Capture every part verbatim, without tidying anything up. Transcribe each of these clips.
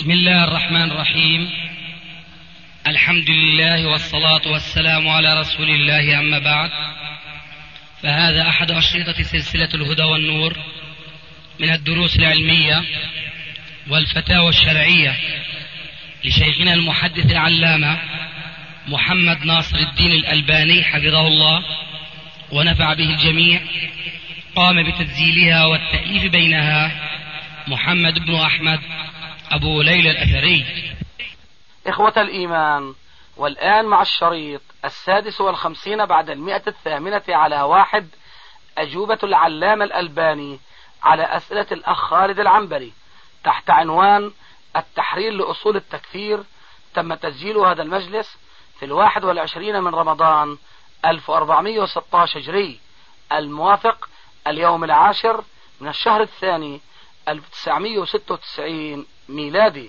بسم الله الرحمن الرحيم. الحمد لله والصلاة والسلام على رسول الله، أما بعد، فهذا أحد أشرطة سلسلة الهدى والنور من الدروس العلمية والفتاوى الشرعية لشيخنا المحدث العلامة محمد ناصر الدين الألباني حفظه الله ونفع به الجميع. قام بتسجيلها والتأليف بينها محمد بن أحمد أبو ليلى الأثري. إخوة الإيمان، والآن مع الشريط السادس والخمسين بعد المئة الثامنة على واحد، أجوبة العلامة الألباني على أسئلة الأخ خالد العنبري تحت عنوان التحرير لأصول التكفير. تم تسجيل هذا المجلس في الواحد والعشرين من رمضان ألف وأربعمائة وستة عشر هجري، الموافق اليوم العاشر من الشهر الثاني ألف وتسعمائة وستة وتسعين ميلادي.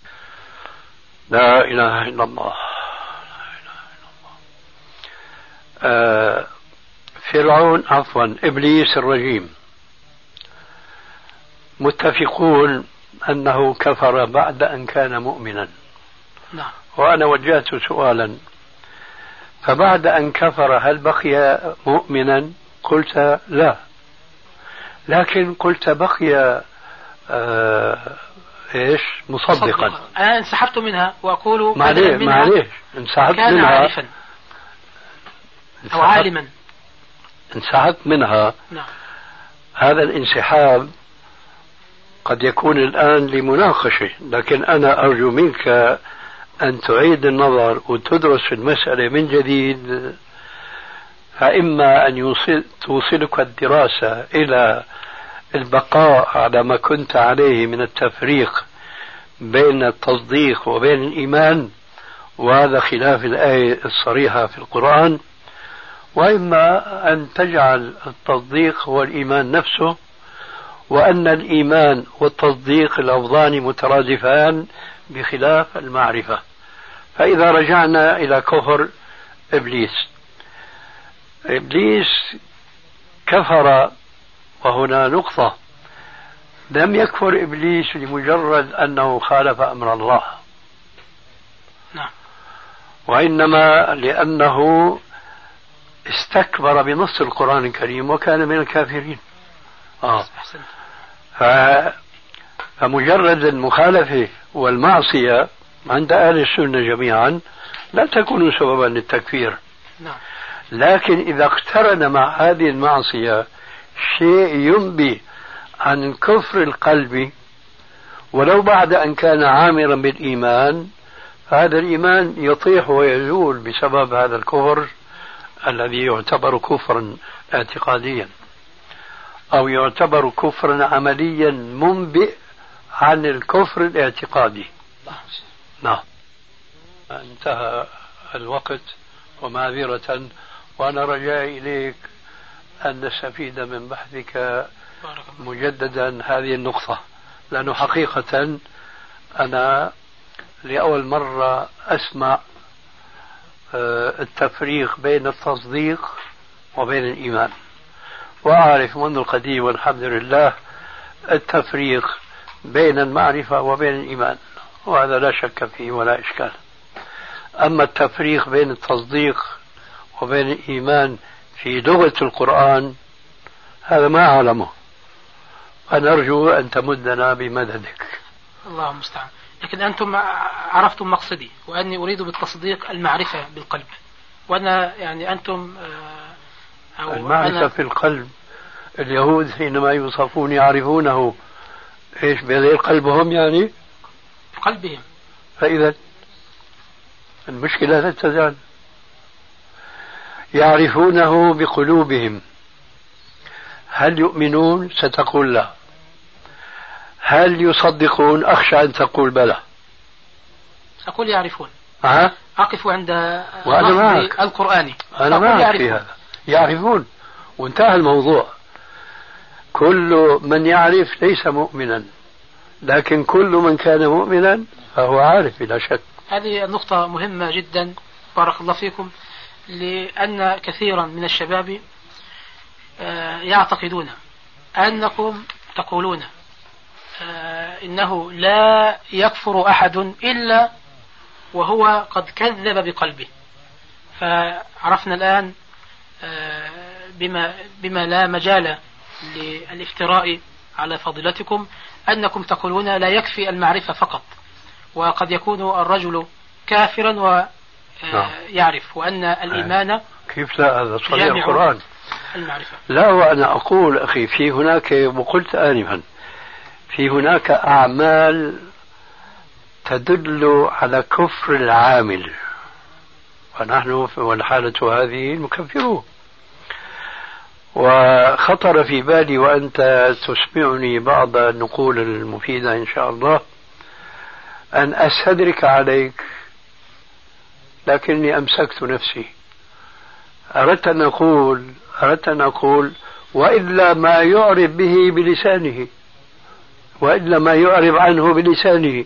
لا إله إلا الله. آه فرعون عفوا إبليس الرجيم متفقون أنه كفر بعد أن كان مؤمنا. نعم. وأنا وجهت سؤالا: فبعد أن كفر هل بقي مؤمنا؟ قلت لا، لكن قلت بقي آه ايش مصدقا. مصدقا. انا انسحبت منها واقول معليش معليش انسحبت كان منها عارفا او عالما. انسحبت منها. نعم. هذا الانسحاب قد يكون الآن لمناقشة، لكن أنا أرجو منك أن تعيد النظر وتدرس المسألة من جديد، فإما أن يوصل توصلك الدراسة إلى البقاء على ما كنت عليه من التفريق بين التصديق وبين الإيمان، وهذا خلاف الآية الصريحة في القرآن، وإما أن تجعل التصديق هو الإيمان نفسه، وأن الإيمان والتصديق لفظان مترادفان بخلاف المعرفة. فإذا رجعنا إلى كفر إبليس، إبليس كفر، وهنا نقطة: لم يكفر إبليس لمجرد أنه خالف أمر الله، نعم، وإنما لأنه استكبر بنص القرآن الكريم وكان من الكافرين. آه. فمجرد المخالفة والمعصية عند أهل السنة جميعا لا تكون سببا للتكفير. نعم. لكن إذا اقترن مع هذه المعصية شيء ينبي عن كفر القلب ولو بعد أن كان عامرا بالإيمان، فهذا الإيمان يطيح ويزول بسبب هذا الكفر الذي يعتبر كفرا اعتقاديا، أو يعتبر كفرا عمليا منبئ عن الكفر الاعتقادي. نعم. انتهى الوقت ومعذرة، وأنا رجائي إليك أن نستفيد من بحثك مجددا هذه النقطة، لأنه حقيقة أنا لأول مرة أسمع التفريق بين التصديق وبين الإيمان، وأعرف منذ القديم والحمد لله التفريق بين المعرفة وبين الإيمان، وهذا لا شك فيه ولا إشكال. أما التفريق بين التصديق وبين الإيمان في لغة القرآن هذا ما أعلمه، فنرجو أن تمدنا بمددك. الله المستعان. لكن أنتم عرفتم مقصدي، وأني أريد بالتصديق المعرفة بالقلب، وأنا يعني أنتم أو المعرفة في القلب. اليهود حينما يوصفون يعرفونه إيش بهذه قلبهم، يعني في قلبهم. فإذا المشكلة لا تزال يعرفونه بقلوبهم. هل يؤمنون؟ ستقول لا. هل يصدقون؟ أخشى أن تقول بلى. أقول يعرفون. أه؟ أقف عند اللفظ القرآني. أنا معك في هذا. يعرفون وانتهى الموضوع. كل من يعرف ليس مؤمنا، لكن كل من كان مؤمنا فهو عارف بلا شك. هذه النقطة مهمة جدا، بارك الله فيكم، لأن كثيرا من الشباب يعتقدون أنكم تقولون إنه لا يكفر أحد إلا وهو قد كذب بقلبه. فعرفنا الآن بما, بما لا مجال للافتراء على فضيلتكم أنكم تقولون لا يكفي المعرفة فقط، وقد يكون الرجل كافرا ويعرف وأن الإيمان كيف لا، هذا صريح القرآن المعرفة. لا، وأنا أقول أخي في هناك، وقلت آنفا، في هناك أعمال تدل على كفر العامل، ونحن والحالة هذه نكفره. وخطر في بالي وأنت تسمعني بعض النقول المفيدة إن شاء الله أن أستدرك عليك، لكني أمسكت نفسي. أردت أن أقول أردت أن أقول وإلا ما يعرب به بلسانه، وإلا ما يعرب عنه بلسانه،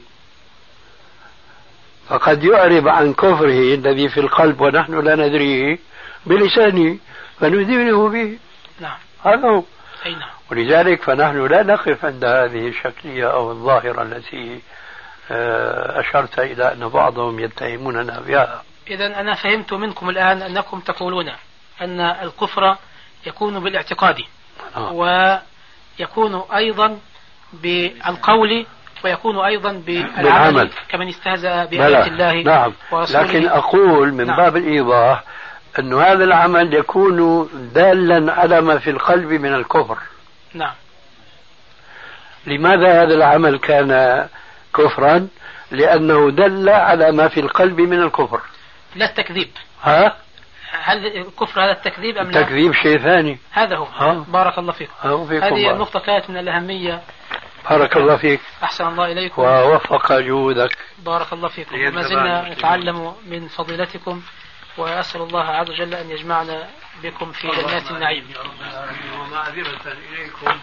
فقد يعرب عن كفره الذي في القلب ونحن لا ندريه بلسانه فنذينه به. نعم. هذا هو. أي نعم. ولذلك فنحن لا نقف عند هذه الشكلية أو الظاهرة التي أشرت إلى أن بعضهم يتهموننا بها. إذن أنا فهمت منكم الآن أنكم تقولون أن الكفر يكون بالاعتقاد آه. ويكون أيضا بالقول ويكون أيضا بالعمل كمن استهزأ بآيات الله. نعم. لكن أقول من نعم. باب الإيضاح أن هذا العمل يكون دالا على ما في القلب من الكفر. نعم. لماذا هذا العمل كان كفرا؟ لأنه دل على ما في القلب من الكفر، لا التكذيب. ها؟ هل الكفر هذا التكذيب أم لا؟ التكذيب شيء ثاني. هذا هو. ها؟ بارك الله فيكم. هذه النقطة كانت من الأهمية. بارك الله فيك. أحسن الله إليكم ووفق جهودك. بارك الله فيكم. وما زلنا نتعلم من فضيلتكم، وأسأل الله عز وجل أن يجمعنا بكم في جنات النعيم. ومعذرة إليكم.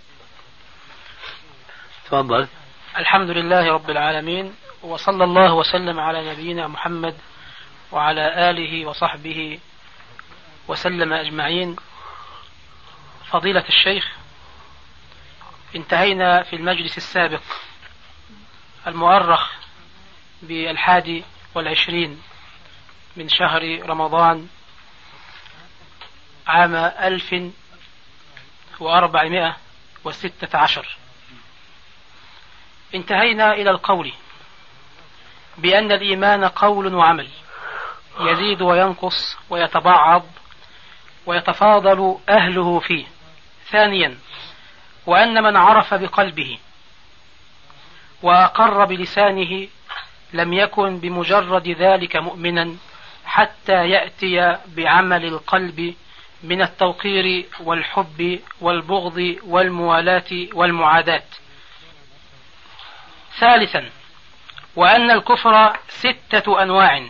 تفضل. الحمد لله رب العالمين، وصلى الله وسلم على نبينا محمد وعلى آله وصحبه وسلم أجمعين. فضيلة الشيخ، انتهينا في المجلس السابق المؤرخ بالحادي والعشرين من شهر رمضان عام ألف وأربعمائة وستة عشر. انتهينا إلى القول بأن الإيمان قول وعمل يزيد وينقص ويتبعض ويتفاضل أهله فيه. ثانيا، وأن من عرف بقلبه وأقر بلسانه لم يكن بمجرد ذلك مؤمنا حتى يأتي بعمل القلب من التوقير والحب والبغض والموالاة والمعاداة. ثالثا، وأن الكفر ستة أنواع: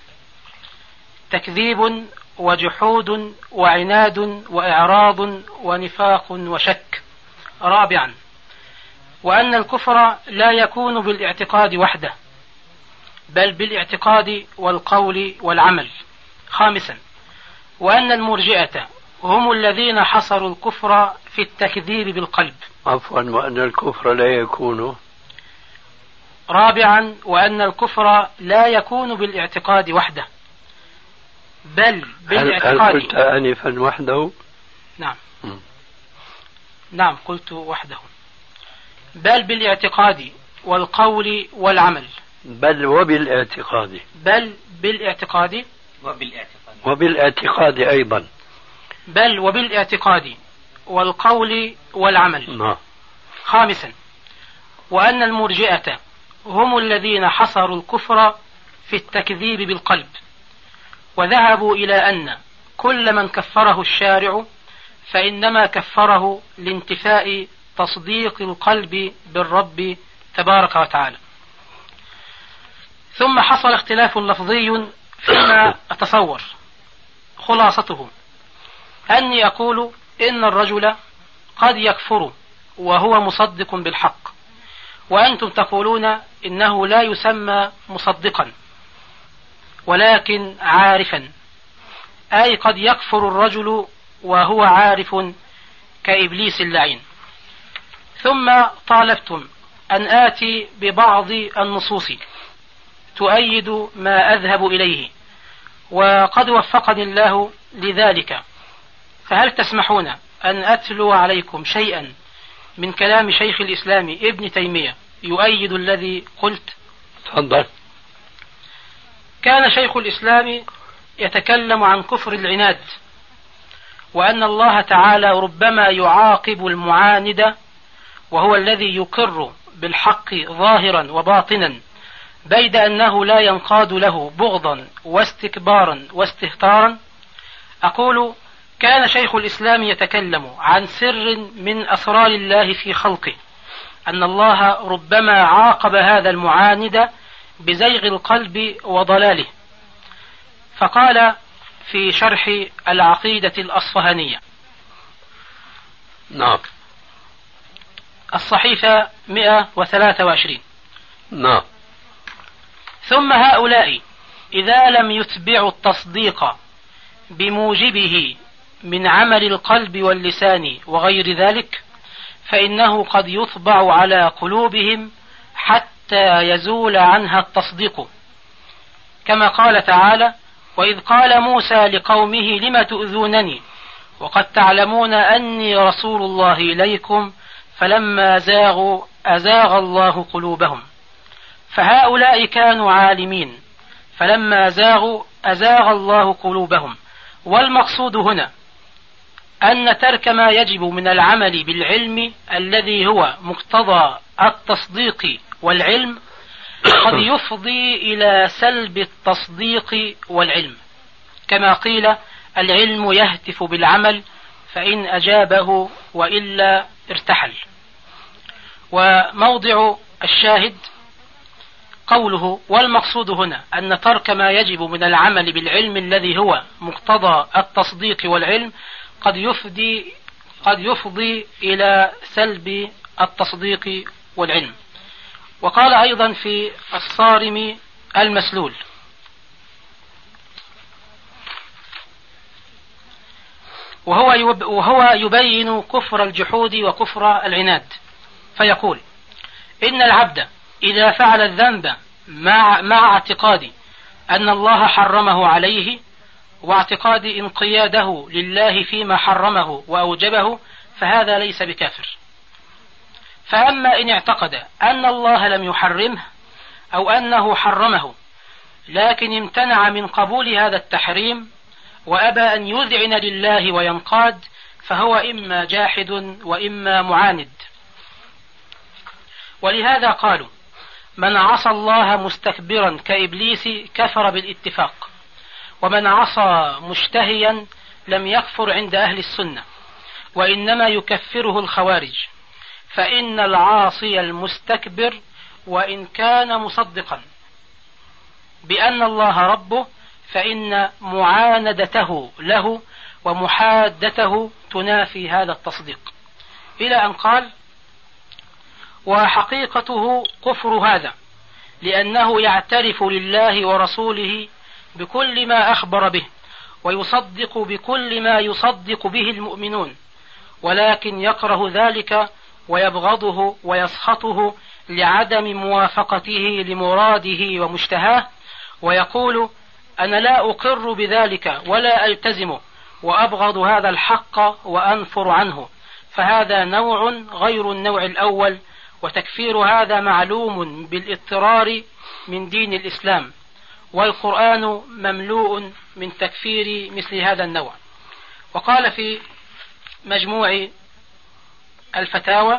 تكذيب وجحود وعناد وإعراض ونفاق وشك. رابعا، وأن الكفر لا يكون بالاعتقاد وحده بل بالاعتقاد والقول والعمل. خامسا، وأن المرجئة هم الذين حصروا الكفر في التكذيب بالقلب. عفوا، وأن الكفر لا يكون. رابعا، وأن الكفر لا يكون بالاعتقاد وحده بل بالاعتقاد. هل قلت آنفا وحده؟ نعم. م. نعم قلت وحده. بل بالاعتقاد والقول والعمل. بل وبالاعتقاد. بل بالاعتقاد وبالاعتقاد وبالاعتقاد أيضا. بل وبالاعتقاد والقول والعمل. نعم. خامسا، وأن المرجئة هم الذين حصروا الكفر في التكذيب بالقلب وذهبوا إلى أن كل من كفره الشارع فإنما كفره لانتفاء تصديق القلب بالرب تبارك وتعالى. ثم حصل اختلاف لفظي فيما أتصور، خلاصته أني أقول إن الرجل قد يكفر وهو مصدق بالحق، وأنتم تقولون إنه لا يسمى مصدقا ولكن عارفا، أي قد يكفر الرجل وهو عارف كإبليس اللعين. ثم طالبتم أن آتي ببعض النصوص تؤيد ما أذهب إليه، وقد وفقني الله لذلك، فهل تسمحون أن أتلو عليكم شيئا من كلام شيخ الإسلام ابن تيمية يؤيد الذي قلت؟ تفضل. كان شيخ الإسلام يتكلم عن كفر العناد، وأن الله تعالى ربما يعاقب المعاند وهو الذي يقر بالحق ظاهرا وباطنا، بيد أنه لا ينقاد له بغضا واستكبارا واستهتارا. أقول كان شيخ الإسلام يتكلم عن سر من أسرار الله في خلقه، أن الله ربما عاقب هذا المعاند بزيغ القلب وضلاله، فقال في شرح العقيدة الأصفهانية، نعم، الصحيفة مئة وثلاثة وعشرين، نعم: ثم هؤلاء إذا لم يتبعوا التصديق بموجبه من عمل القلب واللسان وغير ذلك، فإنه قد يطبع على قلوبهم حتى يزول عنها التصديق، كما قال تعالى: وإذ قال موسى لقومه لم تؤذونني وقد تعلمون أني رسول الله إليكم فلما زاغوا أزاغ الله قلوبهم. فهؤلاء كانوا عالمين، فلما زاغوا أزاغ الله قلوبهم. والمقصود هنا أن ترك ما يجب من العمل بالعلم الذي هو مقتضى التصديق والعلم قد يفضي إلى سلب التصديق والعلم، كما قيل: العلم يهتف بالعمل فإن أجابه وإلا ارتحل. وموضع الشاهد قوله: والمقصود هنا أن ترك ما يجب من العمل بالعلم الذي هو مقتضى التصديق والعلم قد يفضي قد يفضي إلى سلب التصديق والعلم. وقال أيضا في الصارم المسلول: وهو وهو يبين كفر الجحود وكفر العناد، فيقول: إن العبد إذا فعل الذنب مع, مع اعتقاد أن الله حرمه عليه واعتقاد انقياده لله فيما حرمه وأوجبه، فهذا ليس بكافر. فأما إن اعتقد أن الله لم يحرمه أو أنه حرمه لكن امتنع من قبول هذا التحريم وأبى أن يذعن لله وينقاد، فهو إما جاحد وإما معاند. ولهذا قالوا: من عصى الله مستكبرا كإبليس كفر بالاتفاق، ومن عصى مشتهيا لم يكفر عند أهل السنة، وإنما يكفره الخوارج، فإن العاصي المستكبر وإن كان مصدقا بأن الله ربه فإن معاندته له ومحادته تنافي هذا التصديق، إلى أن قال: وحقيقته كفر هذا لأنه يعترف لله ورسوله بكل ما أخبر به ويصدق بكل ما يصدق به المؤمنون، ولكن يكره ذلك ويبغضه ويسخطه لعدم موافقته لمراده ومشتهاه، ويقول: أنا لا أقر بذلك ولا ألتزمه وأبغض هذا الحق وأنفر عنه. فهذا نوع غير النوع الأول، وتكفير هذا معلوم بالاضطرار من دين الإسلام، والقرآن مملوء من تكفير مثل هذا النوع. وقال في مجموع الفتاوى،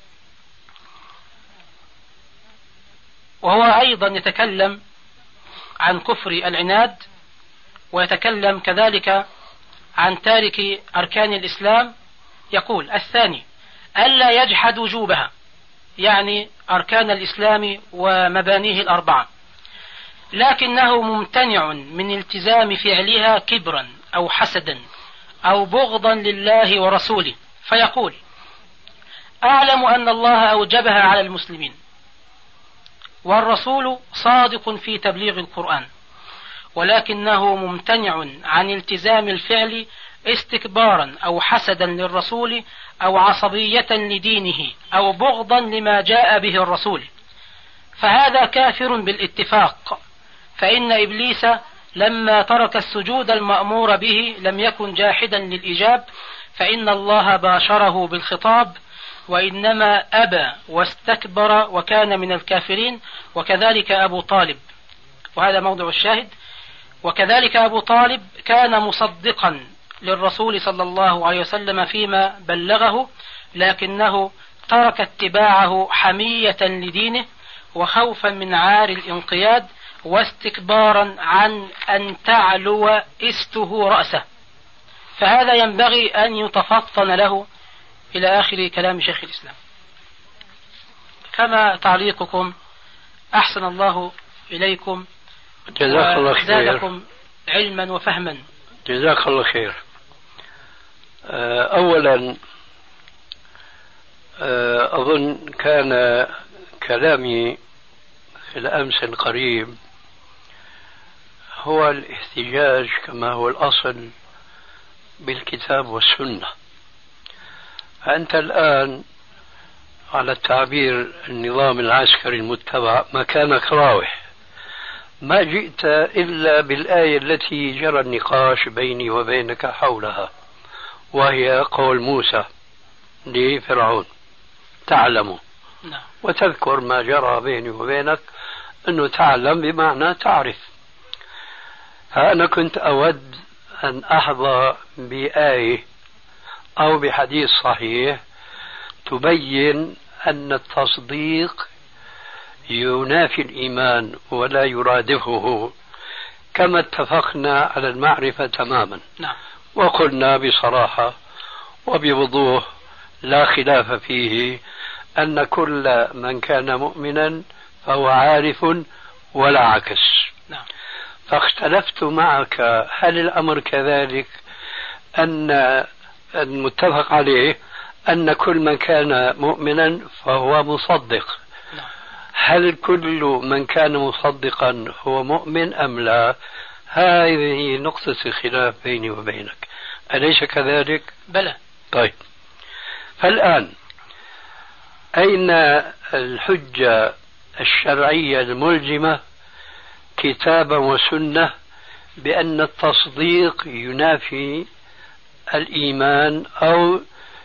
وهو أيضا يتكلم عن كفر العناد، ويتكلم كذلك عن تارك أركان الإسلام، يقول: الثاني ألا يجحد وجوبها، يعني أركان الإسلام ومبانيه الأربعة، لكنه ممتنع من التزام فعلها كبرا أو حسدا أو بغضا لله ورسوله، فيقول: أعلم أن الله أوجبها على المسلمين والرسول صادق في تبليغ القرآن، ولكنه ممتنع عن التزام الفعل استكبارا أو حسدا للرسول أو عصبية لدينه أو بغضا لما جاء به الرسول، فهذا كافر بالاتفاق. فإن إبليس لما ترك السجود المأمور به لم يكن جاحدا للإجاب، فإن الله باشره بالخطاب، وإنما أبى واستكبر وكان من الكافرين. وكذلك أبو طالب، وهذا موضع الشاهد، وكذلك أبو طالب كان مصدقا للرسول صلى الله عليه وسلم فيما بلغه، لكنه ترك اتباعه حمية لدينه وخوفا من عار الانقياد واستكبارا عن أن تعلو استه رأسه، فهذا ينبغي أن يتفطن له. إلى آخر كلام شيخ الإسلام. كما تعليقكم، أحسن الله إليكم جزاك الله خير، وزادكم علما وفهما. جزاك الله خير. أولا أظن كان كلامي في الأمس القريب هو الاحتجاج كما هو الأصل بالكتاب والسنة. فأنت الآن على التعبير النظام العسكري المتبع مكانك راوح، ما جئت إلا بالآية التي جرى النقاش بيني وبينك حولها، وهي قول موسى لفرعون تعلم، وتذكر ما جرى بيني وبينك، أنه تعلم بمعنى تعرف. فأنا كنت أود أن أحظى بآية أو بحديث صحيح تبين أن التصديق ينافي الإيمان ولا يرادفه، كما اتفقنا على المعرفة تماما. نعم. وقلنا بصراحة وبوضوح لا خلاف فيه أن كل من كان مؤمنا فهو عارف ولا عكس. نعم. فاختلفت معك، هل الأمر كذلك أن المتفق عليه أن كل من كان مؤمنا فهو مصدق؟ نعم. هل كل من كان مصدقا هو مؤمن أم لا؟ هذه نقطة الخلاف بيني وبينك، أليس كذلك؟ بلى. طيب، فالآن أين الحجة الشرعية الملزمة كتابا وسنة بأن التصديق ينافي الإيمان أو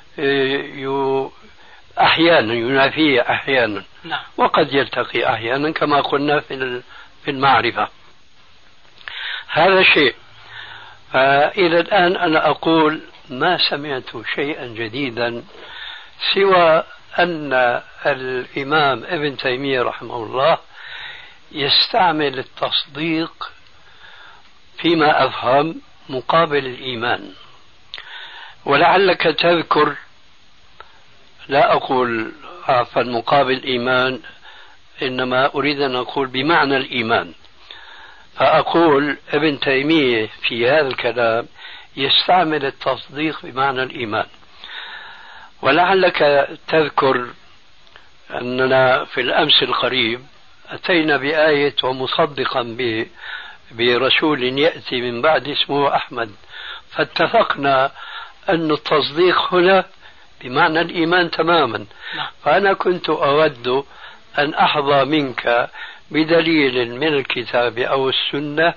أحيانا ينافيه أحيانا؟ نعم. وقد يلتقي أحيانا كما قلنا في المعرفة. هذا شيء. فإلى الآن أنا أقول ما سمعت شيئا جديدا سوى أن الإمام ابن تيمية رحمه الله يستعمل التصديق فيما أفهم مقابل الإيمان. ولعلك تذكر، لا أقول عفوا مقابل الإيمان، إنما أريد أن أقول بمعنى الإيمان. فأقول ابن تيمية في هذا الكلام يستعمل التصديق بمعنى الإيمان. ولعلك تذكر أننا في الأمس القريب أتينا بآية ومصدقا برسول يأتي من بعد اسمه أحمد، فاتفقنا أن التصديق هنا بمعنى الإيمان تماما. فأنا كنت أود أن أحظى منك بدليل من الكتاب أو السنة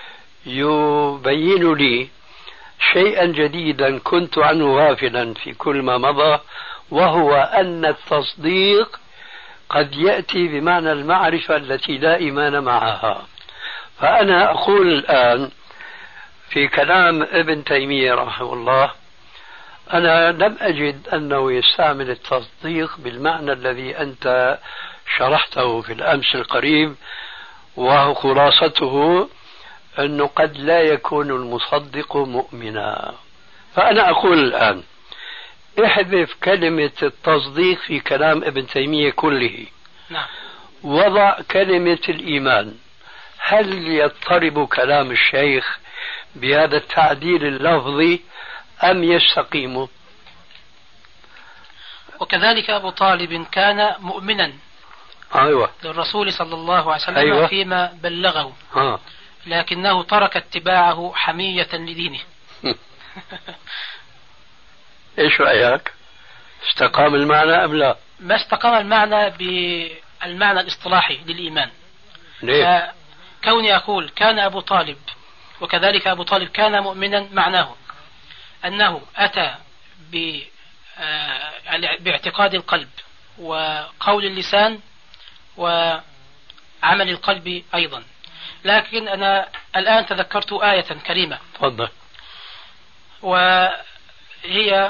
يبين لي شيئا جديدا كنت عنه غافلا في كل ما مضى، وهو أن التصديق قد يأتي بمعنى المعرفة التي لا إيمان معها. فأنا أقول الآن في كلام ابن تيمية رحمه الله أنا لم أجد أنه يستعمل التصديق بالمعنى الذي أنت شرحته في الأمس القريب، وهو خلاصته أنه قد لا يكون المصدق مؤمنا. فأنا أقول الآن احذف كلمة التصديق في كلام ابن تيمية كله. نعم. وضع كلمة الإيمان. هل يضطرب كلام الشيخ بهذا التعديل اللفظي أم يستقيم؟ وكذلك أبو طالب كان مؤمنا أيوة. للرسول صلى الله عليه وسلم أيوة. فيما بلغه، آه. لكنه ترك اتباعه حمية لدينه. ايش رأيك؟ استقام المعنى ام لا؟ ما استقام المعنى بالمعنى الاصطلاحي للإيمان. ليه؟ كوني أقول كان أبو طالب وكذلك أبو طالب كان مؤمنا، معناه أنه أتى باعتقاد القلب وقول اللسان وعمل القلب أيضا. لكن أنا الآن تذكرت آية كريمة تفضل، وهي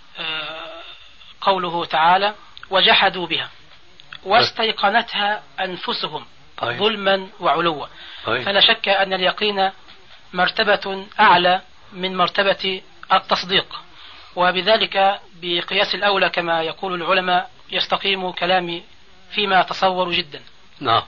قوله تعالى وجحدوا بها واستيقنتها أنفسهم طيب. ظلما وعلوا. طيب. فلا شك أن اليقين مرتبة أعلى من مرتبة التصديق، وبذلك بقياس الأولى كما يقول العلماء يستقيم كلامي فيما أتصور جدا. نعم.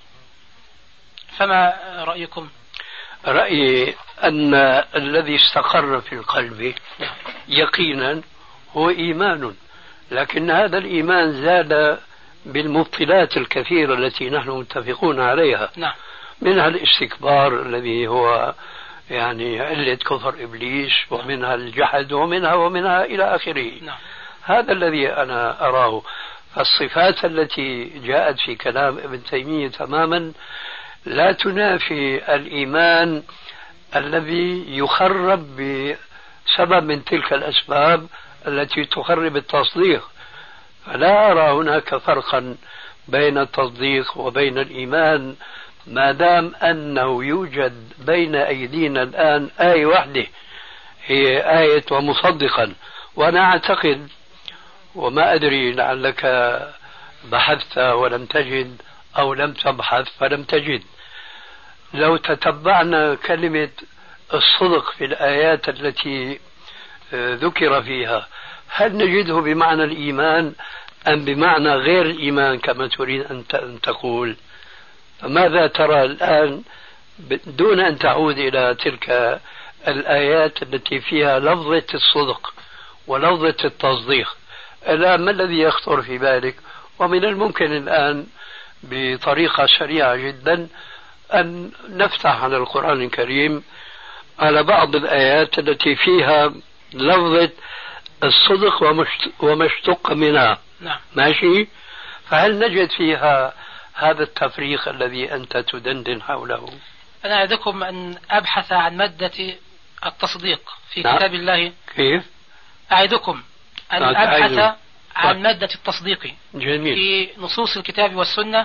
فما رأيكم؟ رأيي أن الذي استقر في القلب يقينا هو إيمان، لكن هذا الإيمان زاد بالمبطلات الكثيرة التي نحن متفقون عليها. نعم. منها الاستكبار الذي هو يعني علة كفر إبليس، ومنها الجحد ومنها ومنها إلى آخره. نعم. هذا الذي أنا أراه. فالصفات التي جاءت في كلام ابن تيمية تماما لا تنافي الإيمان الذي يخرب بسبب من تلك الأسباب التي تخرب التصديق. فلا أرى هناك فرقا بين التصديق وبين الإيمان ما دام أنه يوجد بين أيدينا الآن آية واحدة هي آية ومصدقا. وأنا أعتقد، وما أدري لعلك بحثت ولم تجد أو لم تبحث فلم تجد، لو تتبعنا كلمة الصدق في الآيات التي ذكر فيها هل نجده بمعنى الإيمان أم بمعنى غير الإيمان كما تريد أن تقول؟ فماذا ترى الآن دون أن تعود إلى تلك الآيات التي فيها لفظة الصدق ولفظة التصديق؟ الآن ما الذي يخطر في بالك؟ ومن الممكن الآن بطريقة سريعة جدا أن نفتح على القرآن الكريم على بعض الآيات التي فيها لفظة الصدق وما اشتق منها. نعم. ماشي؟ فهل نجد فيها هذا التفريق الذي أنت تدندن حوله؟ أنا أعدكم أن أبحث عن مادة التصديق في نعم. كتاب الله. كيف؟ أعدكم أن نعم. أبحث أعيد. عن مادة التصديق جميل. في نصوص الكتاب والسنة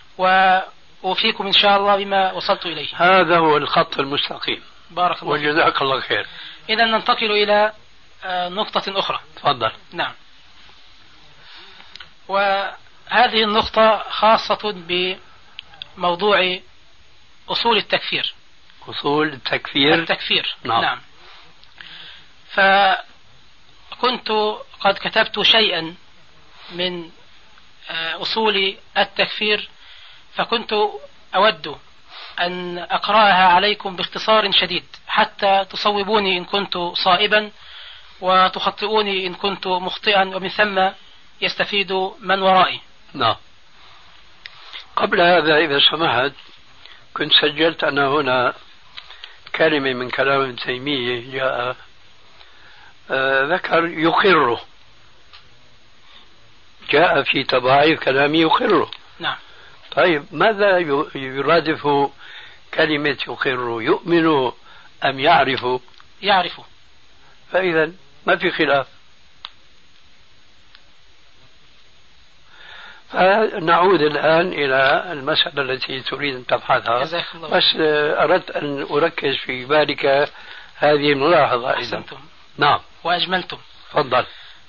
وأوفيكم إن شاء الله بما وصلت إليه. هذا هو الخط المستقيم. بارك الله. وجزاك الله خير. إذا ننتقل إلى نقطة أخرى. تفضل. نعم. وهذه النقطة خاصة بموضوع أصول التكفير. أصول التكفير. التكفير. نعم. نعم. فكنت قد كتبت شيئا من أصول التكفير، فكنت أود أن أقرأها عليكم باختصار شديد حتى تصوبوني إن كنت صائبا وتخطئوني إن كنت مخطئا، ومن ثم يستفيد من ورائي. نعم. قبل هذا إذا سمحت كنت سجلت أنا هنا كلمة من كلام ابن تيمية جاء آه ذكر يقره، جاء في تضاعيف كلامي يقره. نعم. طيب ماذا يرادف كلمة يقر؟ يؤمن أم يعرف؟ يعرف. فإذا ما في خلاف. فنعود الآن إلى المسألة التي تريد أن تبحثها. بس أردت أن أركز في بالك هذه الملاحظة. أحسنتم. نعم. وأجملتم. تفضل.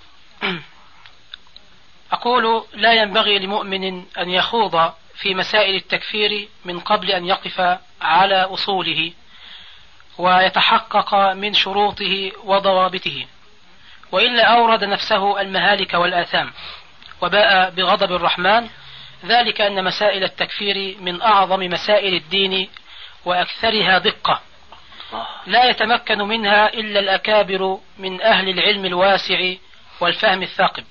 أقول لا ينبغي لمؤمن أن يخوض في مسائل التكفير من قبل أن يقف على أصوله ويتحقق من شروطه وضوابطه، وإلا أورد نفسه المهالك والآثام وباء بغضب الرحمن. ذلك أن مسائل التكفير من أعظم مسائل الدين وأكثرها دقة، لا يتمكن منها إلا الأكابر من أهل العلم الواسع والفهم الثاقب.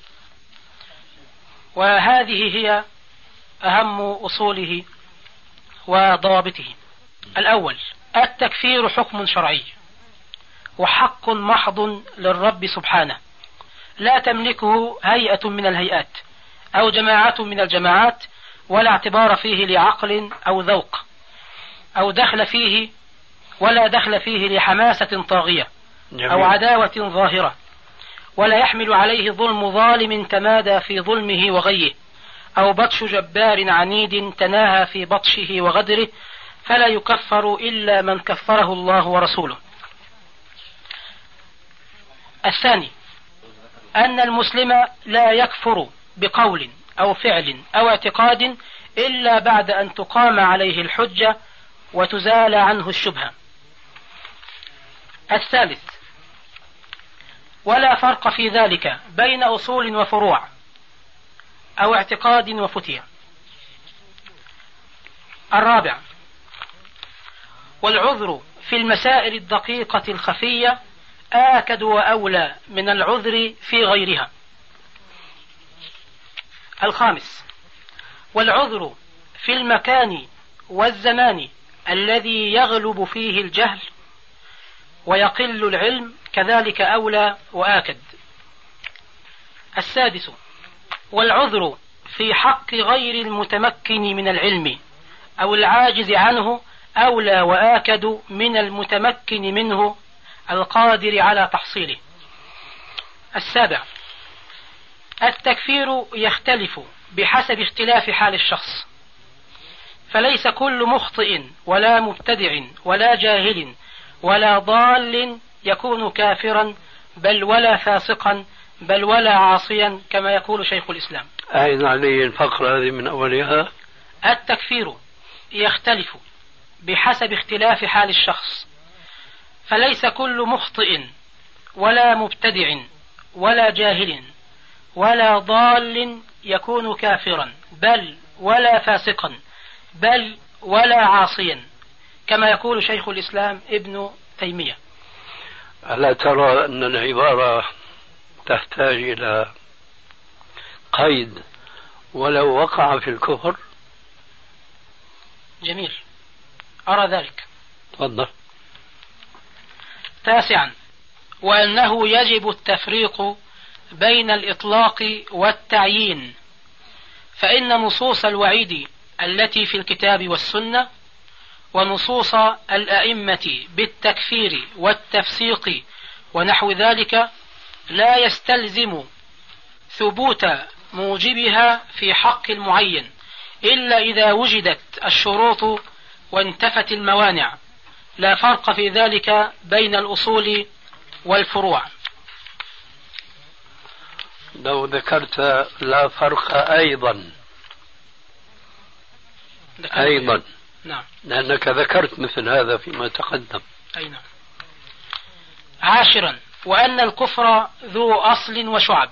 وهذه هي أهم أصوله وضوابطه. الأول: التكفير حكم شرعي، وحق محض للرب سبحانه، لا تملكه هيئة من الهيئات أو جماعة من الجماعات، ولا اعتبار فيه لعقل أو ذوق أو دخل فيه ولا دخل فيه لحماسة طاغية أو عداوة ظاهرة، ولا يحمل عليه ظلم ظالم تمادى في ظلمه وغيه، أو بطش جبار عنيد تناهى في بطشه وغدره، فلا يكفر إلا من كفره الله ورسوله. الثاني أن المسلم لا يكفر بقول أو فعل أو اعتقاد إلا بعد أن تقام عليه الحجة وتزال عنه الشبهة. الثالث ولا فرق في ذلك بين أصول وفروع أو اعتقاد وفتية. الرابع والعذر في المسائل الدقيقة الخفية آكد وأولى من العذر في غيرها. الخامس والعذر في المكان والزمان الذي يغلب فيه الجهل ويقل العلم كذلك أولى وآكد. السادس والعذر في حق غير المتمكن من العلم أو العاجز عنه أولى وآكد من المتمكن منه القادر على تحصيله. السابع التكفير يختلف بحسب اختلاف حال الشخص، فليس كل مخطئ ولا مبتدع ولا جاهل ولا ضال يكون كافرا، بل ولا فاسقا، بل ولا عاصيا، كما يقول شيخ الإسلام. أين عليه الفقرة هذه من أولها؟ التكفير يختلف بحسب اختلاف حال الشخص، فليس كل مخطئ ولا مبتدع ولا جاهل ولا ضال يكون كافرا، بل ولا فاسقا، بل ولا عاصيا، كما يقول شيخ الإسلام ابن تيمية. ألا ترى أن العبارة تحتاج إلى قيد ولو وقع في الكفر؟ جميل، أرى ذلك. تفضل. تاسعا وأنه يجب التفريق بين الإطلاق والتعيين، فإن نصوص الوعيد التي في الكتاب والسنة ونصوص الأئمة بالتكفير والتفسيق ونحو ذلك لا يستلزم ثبوت موجبها في حق المعين إلا إذا وجدت الشروط وانتفت الموانع، لا فرق في ذلك بين الأصول والفروع. لو ذكرت لا فرق أيضا أيضا نعم، لأنك ذكرت مثل هذا فيما تقدم. أي نعم. عاشرا وأن الكفر ذو أصل وشعب.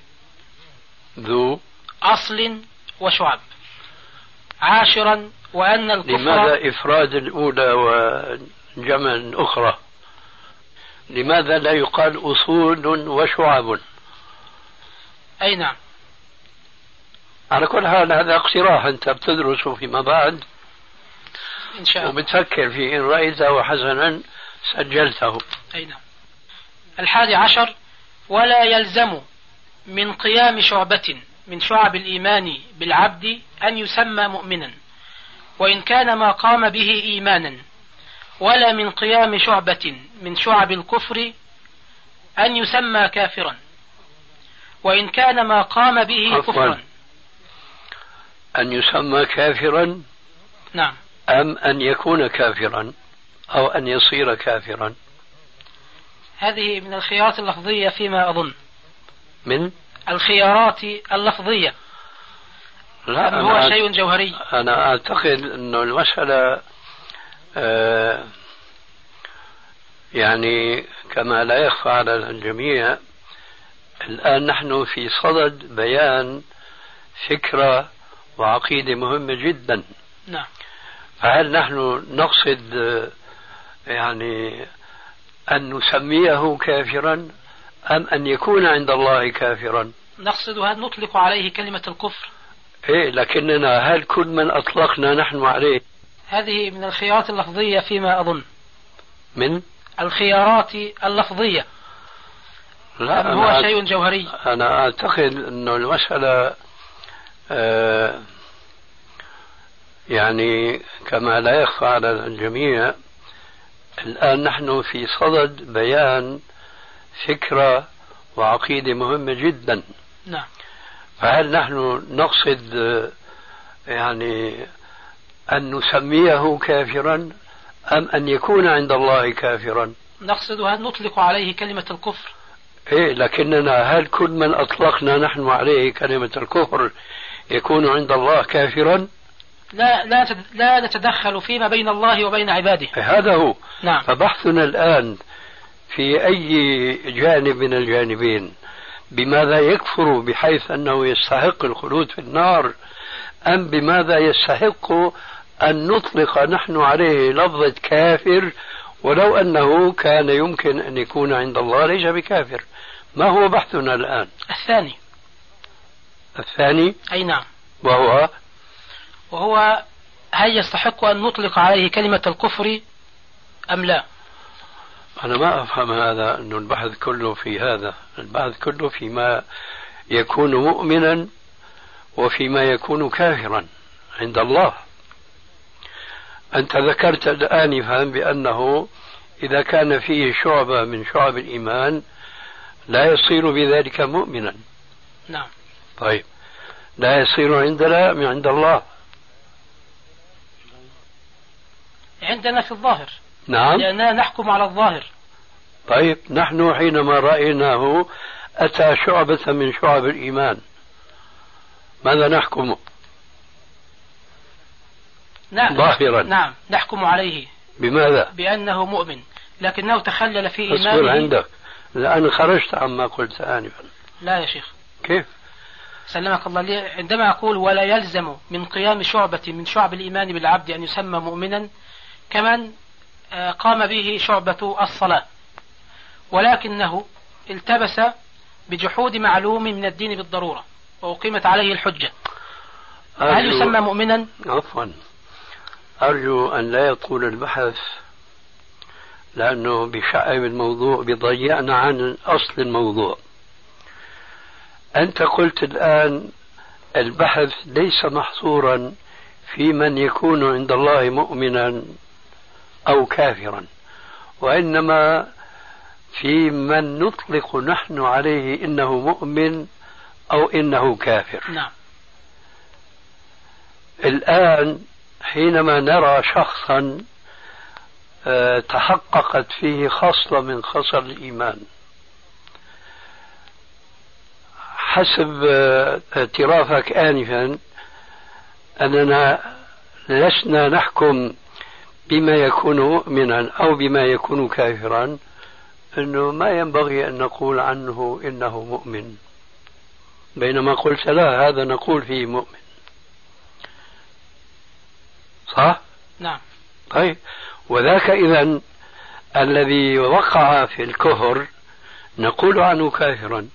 ذو أصل وشعب. عاشرا وأن الكفر. لماذا إفراد الأولى وجمع الأخرى؟ لماذا لا يقال أصول وشعب؟ أي نعم. على كل حال هذا اقتراح أنت بتدرسه فيما بعد إن شاء الله وبتفكر فيه، إن رأيته حسنا سجلته. أي نعم. الحادي عشر ولا يلزم من قيام شعبة من شعب الإيمان بالعبد أن يسمى مؤمنا وإن كان ما قام به إيمانا، ولا من قيام شعبة من شعب الكفر أن يسمى كافرا وإن كان ما قام به كفرا. أن يسمى كافرا نعم، أم أن يكون كافرا أو أن يصير كافرا؟ هذه من الخيارات اللفظية فيما أظن. من الخيارات اللفظية. لا، أم هو شيء جوهري؟ أنا أعتقد أن المسألة آه يعني كما لا يخفى على الجميع، الآن نحن في صدد بيان فكرة وعقيدة مهمة جدا. نعم. فهل نحن نقصد يعني أن نسميه كافرا أم أن يكون عند الله كافرا؟ نقصد أن نطلق عليه كلمة الكفر. إيه، لكننا هل كل من أطلقنا نحن عليه؟ هذه من الخيارات اللفظية فيما أظن. من الخيارات اللفظية لا أم هو شيء جوهري؟ أنا أعتقد أنه المسألة آه يعني كما لا يخفى على الجميع، الآن نحن في صدد بيان فكرة وعقيدة مهمة جدا. نعم. فهل نحن نقصد يعني أن نسميه كافرا أم أن يكون عند الله كافرا؟ نقصد أن نطلق عليه كلمة الكفر. إيه، لكننا هل كل من أطلقنا نحن عليه كلمة الكفر يكون عند الله كافرا؟ لا لا لا نتدخل فيما بين الله وبين عباده. هذا هو. نعم. فبحثنا الآن في أي جانب من الجانبين، بماذا يكفر بحيث أنه يستحق الخلود في النار، أم بماذا يستحق أن نطلق نحن عليه لفظة كافر ولو أنه كان يمكن أن يكون عند الله ليس بكافر؟ ما هو بحثنا الآن؟ الثاني. الثاني؟ أي نعم. وهو وهو هل يستحق أن نطلق عليه كلمة الكفر أم لا؟ أنا ما أفهم هذا، أنه البحث كله في هذا، البحث كله فيما يكون مؤمنا وفيما يكون كافرا عند الله. أنت ذكرت آنفا بأنه إذا كان فيه شعبة من شعب الإيمان لا يصير بذلك مؤمنا. نعم. طيب لا يصير عندنا من عند الله؟ عندنا في الظاهر. نعم. لأننا نحكم على الظاهر. طيب نحن حينما رأيناه أتى شعبة من شعب الإيمان ماذا نحكم؟ نعم. ظاهرا. نعم نحكم عليه. بماذا؟ بأنه مؤمن، لكنه تخلل في إيمانه. أصبر عندك، لأن خرجت عما قلت آنفا. لا يا شيخ. كيف؟ سلمك الله لي. عندما أقول ولا يلزم من قيام شعبة من شعب الإيمان بالعبد أن يسمى مؤمنا كمن قام به شعبة الصلاة، ولكنه التبس بجحود معلوم من الدين بالضرورة وأقيمت عليه الحجة، هل يسمى مؤمنا؟ عفوا، أرجو أن لا يطول البحث لأنه بشعب الموضوع بيضيعنا عن أصل الموضوع. أنت قلت الآن البحث ليس محصورا في من يكون عند الله مؤمنا أو كافرا، وإنما في من نطلق نحن عليه إنه مؤمن أو إنه كافر. نعم. الآن حينما نرى شخصا تحققت فيه خصلة من خصال الإيمان حسب اعترافك آنفا أننا لسنا نحكم بما يكون مؤمنا أو بما يكون كافرا، أنه ما ينبغي أن نقول عنه إنه مؤمن، بينما قلت لا هذا نقول فيه مؤمن. صح؟ نعم. طيب وذاك إذن الذي وقع في الكفر نقول عنه كافرا،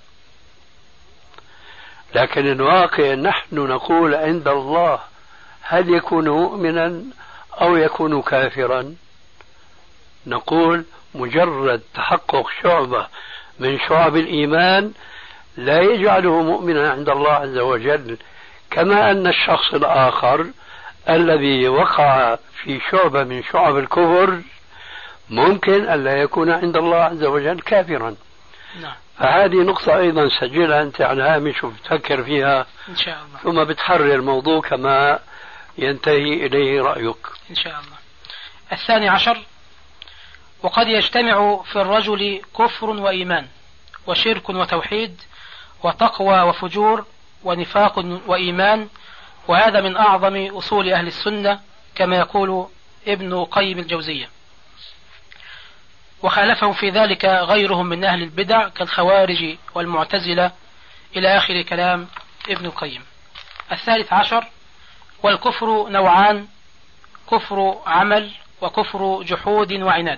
لكن الواقع نحن نقول عند الله هل يكون مؤمنا أو يكون كافرا؟ نقول مجرد تحقق شعبة من شعب الإيمان لا يجعله مؤمنا عند الله عز وجل، كما أن الشخص الآخر الذي وقع في شعبة من شعب الكفر ممكن أن لا يكون عند الله عز وجل كافرا. نعم. فهذه نقطة أيضا سجلها أنت على الهامش وبتفكر فيها إن شاء الله، ثم بتحرر الموضوع كما ينتهي إليه رأيك إن شاء الله. الثاني عشر: وقد يجتمع في الرجل كفر وإيمان وشرك وتوحيد وتقوى وفجور ونفاق وإيمان، وهذا من أعظم أصول أهل السنة كما يقول ابن قيم الجوزية، وخالفهم في ذلك غيرهم من أهل البدع كالخوارج والمعتزلة إلى آخر كلام ابن القيم. الثالث عشر: والكفر نوعان: كفر عمل وكفر جحود وعناد.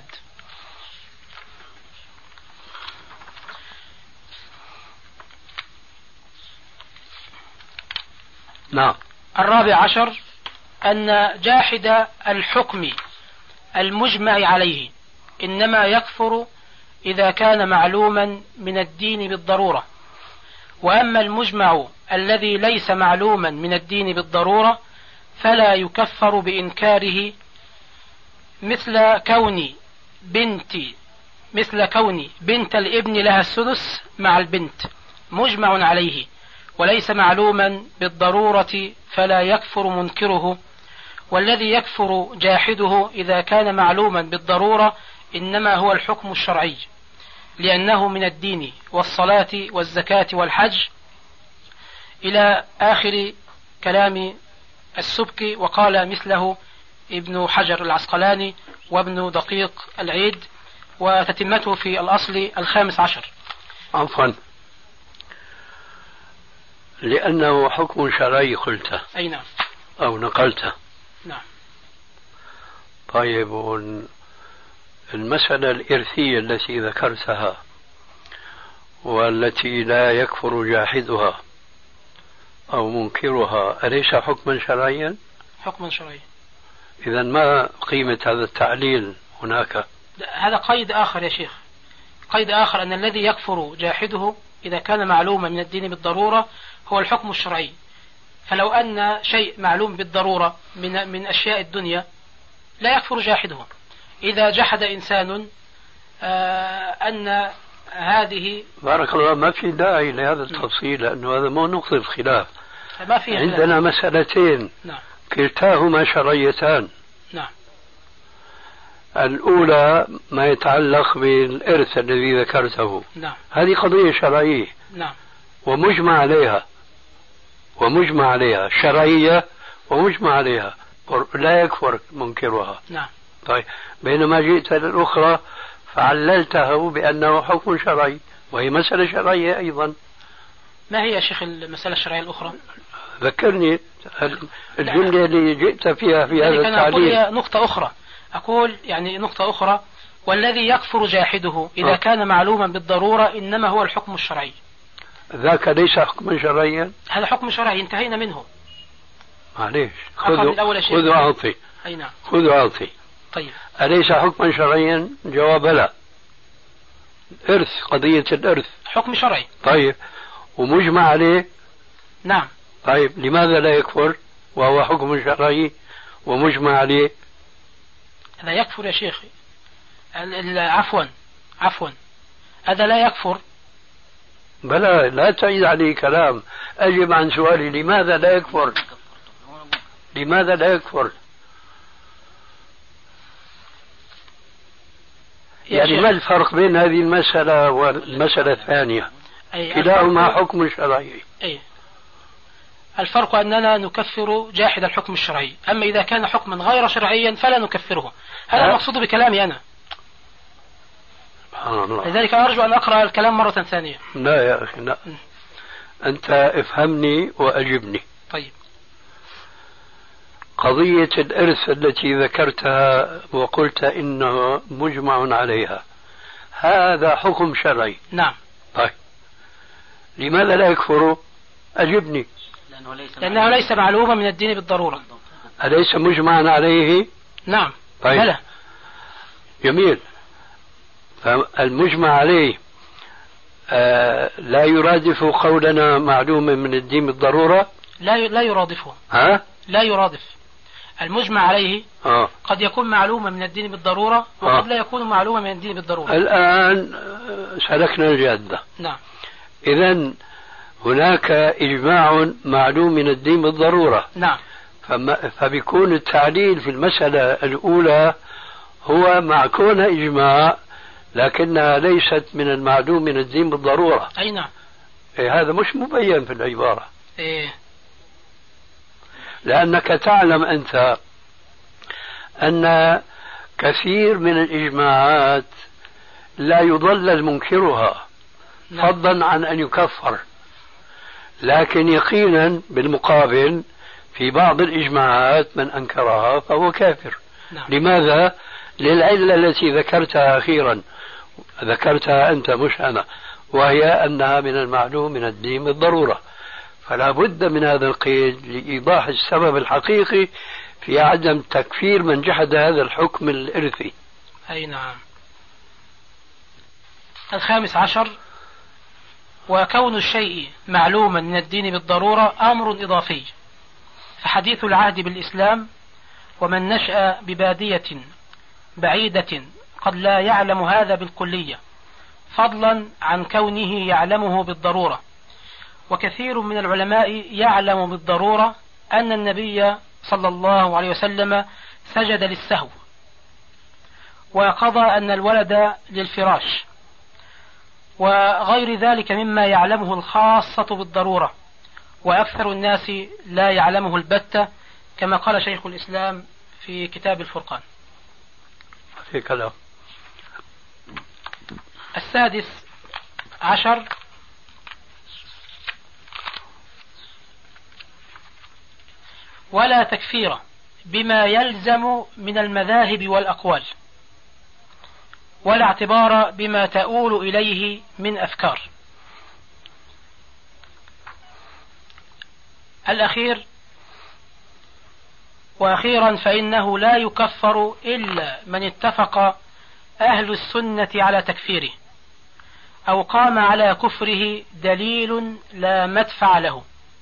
نعم. الرابع عشر: أن جاحد الحكم المجمع عليه إنما يكفر إذا كان معلوما من الدين بالضرورة. وأما المجمع الذي ليس معلوما من الدين بالضرورة فلا يكفر بإنكاره، مثل كون بنت مثل كون بنت الابن لها السدس مع البنت مجمع عليه وليس معلوما بالضرورة فلا يكفر منكره. والذي يكفر جاحده إذا كان معلوما بالضرورة إنما هو الحكم الشرعي، لأنه من الدين والصلاة والزكاة والحج إلى آخر كلام السبكي. وقال مثله ابن حجر العسقلاني وابن دقيق العيد، وتتمته في الأصل الخامس عشر. عفوا، لأنه حكم شرعي قلته. أي نعم. أو نقلته. نعم. طيب، المسألة الإرثية التي ذكرتها والتي لا يكفر جاحدها أو منكرها أليس حكما شرعيا؟ حكما شرعيا. إذا ما قيمة هذا التعليل هناك؟ هذا قيد آخر يا شيخ، قيد آخر أن الذي يكفر جاحده إذا كان معلوما من الدين بالضرورة هو الحكم الشرعي. فلو أن شيء معلوم بالضرورة من من أشياء الدنيا لا يكفر جاحده. إذا جحد إنسان آه أن هذه بارك الله، ما في داعي لهذا التفصيل لأنه هذا مو نقطة خلاف. ما فيه عندنا خلاف. مسألتين. نعم. كلتاهما شرعيتان. نعم. الأولى ما يتعلق بالإرث الذي ذكرته. نعم. هذه قضية شرعية. نعم. ومجمع عليها ومجمع عليها شرعية ومجمع عليها لا يكفر منكرها. نعم. طيب، بينما جئت للأخرى فعللته بأنه حكم شرعي وهي مسألة شرعية أيضا. ما هي يا شيخ المسألة الشرعية الأخرى؟ ذكرني الجملة اللي جئت فيها في هذا التعليل. أقول نقطة أخرى، أقول يعني نقطة أخرى، والذي يكفر جاحده إذا أه. كان معلوما بالضرورة إنما هو الحكم الشرعي. ذاك ليس حكما شرعيا؟ هذا حكم شرعي انتهينا منه. معليش، خذوا خذوا أعطي. أي نعم. خذوا أعطي. طيب، أليس حكما شرعيا؟ جواب لا. إرث، قضية الإرث حكم شرعي. طيب، ومجمع عليه. نعم. طيب، لماذا لا يكفر وهو حكم شرعي ومجمع عليه؟ هذا يكفر يا شيخ. عفوا عفوا هذا لا يكفر. بلى، لا تعيد عليه كلام. أجب عن سؤالي، لماذا لا يكفر؟ لماذا لا يكفر؟ يعني ما الفرق بين هذه المسألة والمسألة الثانية؟ كلاهما حكم شرعي. أي الفرق أننا نكفر جاحد الحكم الشرعي، أما إذا كان حكما غير شرعيا فلا نكفره. هذا المقصود بكلامي أنا. سبحان الله. لذلك أرجو أن أقرأ الكلام مرة ثانية. لا يا أخي لا. م. أنت افهمني وأجبني. طيب. قضية الإرث التي ذكرتها وقلت إنه مجمع عليها، هذا حكم شرعي. نعم. طيب، لماذا لا يكفر؟ أجبني. لأنه ليس, لأنه ليس معلوما من الدين بالضرورة. أليس مجمعا عليه؟ نعم. طيب. بلى. جميل. فالمجمع عليه آه لا يرادف قولنا معلوم من الدين بالضرورة؟ لا لا يرادفه. ها؟ لا يرادف. المجمع عليه آه. قد يكون معلوما من الدين بالضرورة وقد آه. لا يكون معلوما من الدين بالضرورة. الآن سلكنا الجادة. نعم. إذن هناك إجماع معلوم من الدين بالضرورة. نعم. فما فبيكون التعليل في المسألة الأولى هو مع كون إجماع لكنها ليست من المعلوم من الدين بالضرورة. أي نعم. إيه، هذا مش مبين في العبارة. إيه. لأنك تعلم أنت أن كثير من الإجماعات لا يضلل منكرها. نعم. فضلا عن أن يكفر، لكن يقينا بالمقابل في بعض الإجماعات من أنكرها فهو كافر. نعم. لماذا؟ للعلة التي ذكرتها أخيرا، ذكرتها أنت مش أنا، وهي أنها من المعلوم من الدين بالضرورة. فلا بد من هذا القيد لإيضاح السبب الحقيقي في عدم تكفير من جحد هذا الحكم الإرثي. أي نعم. الخامس عشر: وكون الشيء معلوما من الدين بالضرورة أمر إضافي، فحديث العهد بالإسلام ومن نشأ ببادية بعيدة قد لا يعلم هذا بالكلية، فضلا عن كونه يعلمه بالضرورة. وكثير من العلماء يعلم بالضرورة أن النبي صلى الله عليه وسلم سجد للسهو، وقضى أن الولد للفراش، وغير ذلك مما يعلمه الخاصة بالضرورة، وأكثر الناس لا يعلمه البتة، كما قال شيخ الإسلام في كتاب الفرقان. في كلام. السادس عشر: ولا تكفير بما يلزم من المذاهب والأقوال، ولا اعتبار بما تؤول إليه من أفكار. الأخير: وأخيرا فإنه لا يكفر إلا من اتفق أهل السنة على تكفيره أو قام على كفره دليل لا مدفع له.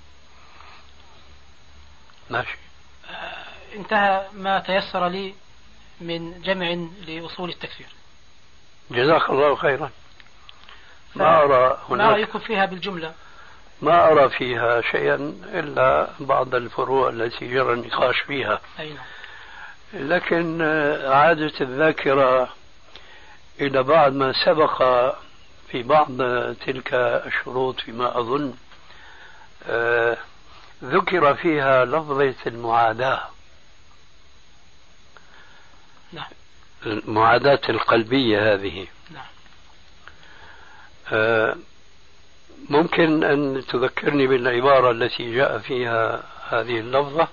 ماشي. انتهى ما تيسر لي من جمع لأصول التكفير. جزاك الله خيرا. ما أرى هناك، ما رأيكم فيها بالجملة؟ ما أرى فيها شيئا إلا بعض الفروع التي جرى النقاش فيها. أين؟ لكن عادة الذاكرة إلى بعد ما سبق في بعض تلك الشروط فيما أظن آه ذكر فيها لفظة المعاداة. نعم. المعاداة القلبية هذه. نعم. آه ممكن أن تذكرني بالعبارة التي جاء فيها هذه اللفظة؟